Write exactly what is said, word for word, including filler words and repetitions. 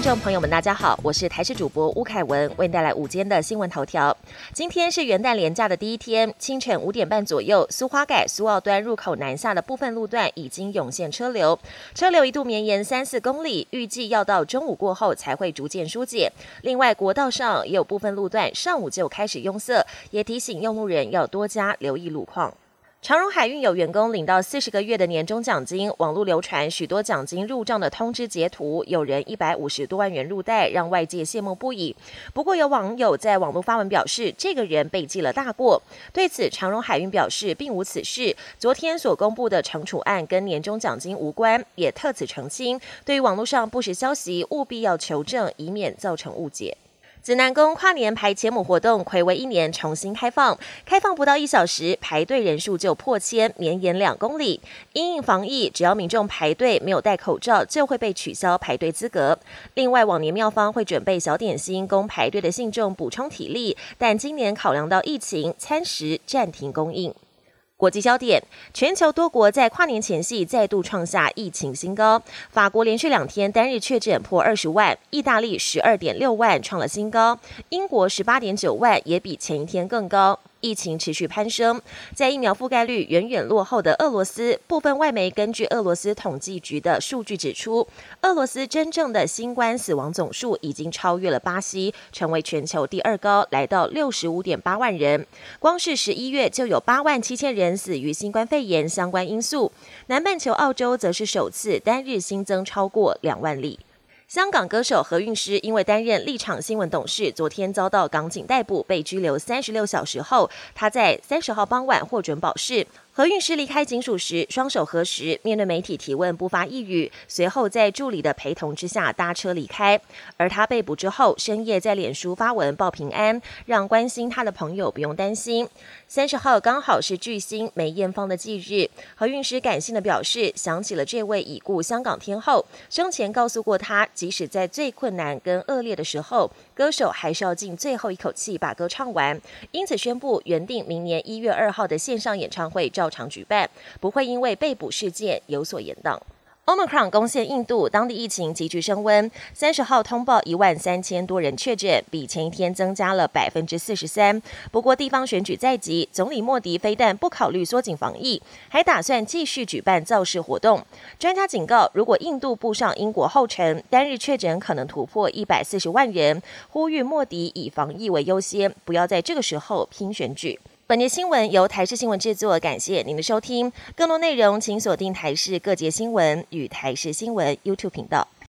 众朋友们，大家好，我是台视主播吴凯文，为您带来午间的新闻头条。今天是元旦连假的第一天，清晨五点半左右，苏花改苏澳端入口南下的部分路段已经涌现车流，车流一度绵延三四公里，预计要到中午过后才会逐渐疏解。另外，国道上也有部分路段上午就开始拥塞，也提醒用路人要多加留意路况。长荣海运有员工领到四十个月的年终奖金，网络流传许多奖金入账的通知截图，有人一百五十多万元入袋，让外界羡慕不已。不过有网友在网络发文表示，这个人被记了大过。对此，长荣海运表示并无此事，昨天所公布的惩处案跟年终奖金无关，也特此澄清，对于网络上不实消息，务必要求证，以免造成误解。指南宫跨年排前母活动睽违一年重新开放，开放不到一小时，排队人数就破千，绵延两公里。因应防疫，只要民众排队没有戴口罩，就会被取消排队资格。另外，往年庙方会准备小点心供排队的信众补充体力，但今年考量到疫情，餐食暂停供应。国际焦点，全球多国在跨年前夕再度创下疫情新高。法国连续两天单日确诊破二十万，意大利十二点六万创了新高，英国十八点九万也比前一天更高。疫情持续攀升，在疫苗覆盖率远远落后的俄罗斯，部分外媒根据俄罗斯统计局的数据指出，俄罗斯真正的新冠死亡总数已经超越了巴西，成为全球第二高，来到六十五点八万人。光是十一月就有八万七千人死于新冠肺炎相关因素。南半球澳洲则是首次单日新增超过两万例。香港歌手何韵诗因为担任立场新闻董事，昨天遭到港警逮捕，被拘留三十六小时后，他在三十号傍晚获准保释。何韵诗离开警署时，双手合十，面对媒体提问不发一语，随后在助理的陪同之下搭车离开。而他被捕之后，深夜在脸书发文报平安，让关心他的朋友不用担心。三十号刚好是巨星梅艳芳的忌日，何韵诗感性的表示，想起了这位已故香港天后，生前告诉过他，即使在最困难跟恶劣的时候，歌手还是要尽最后一口气把歌唱完。因此宣布原定明年一月二号的线上演唱会照常举办，不会因为被捕事件有所延宕。Omicron 攻陷印度，当地疫情急剧升温。三十号通报一万三千多人确诊，比前一天增加了百分之四十三。不过地方选举在即，总理莫迪非但不考虑缩紧防疫，还打算继续举办造势活动。专家警告，如果印度步上英国后尘，单日确诊可能突破一百四十万人，呼吁莫迪以防疫为优先，不要在这个时候拼选举。本节新闻由台视新闻制作，感谢您的收听。更多内容请锁定台视各节新闻与台视新闻 YouTube 频道。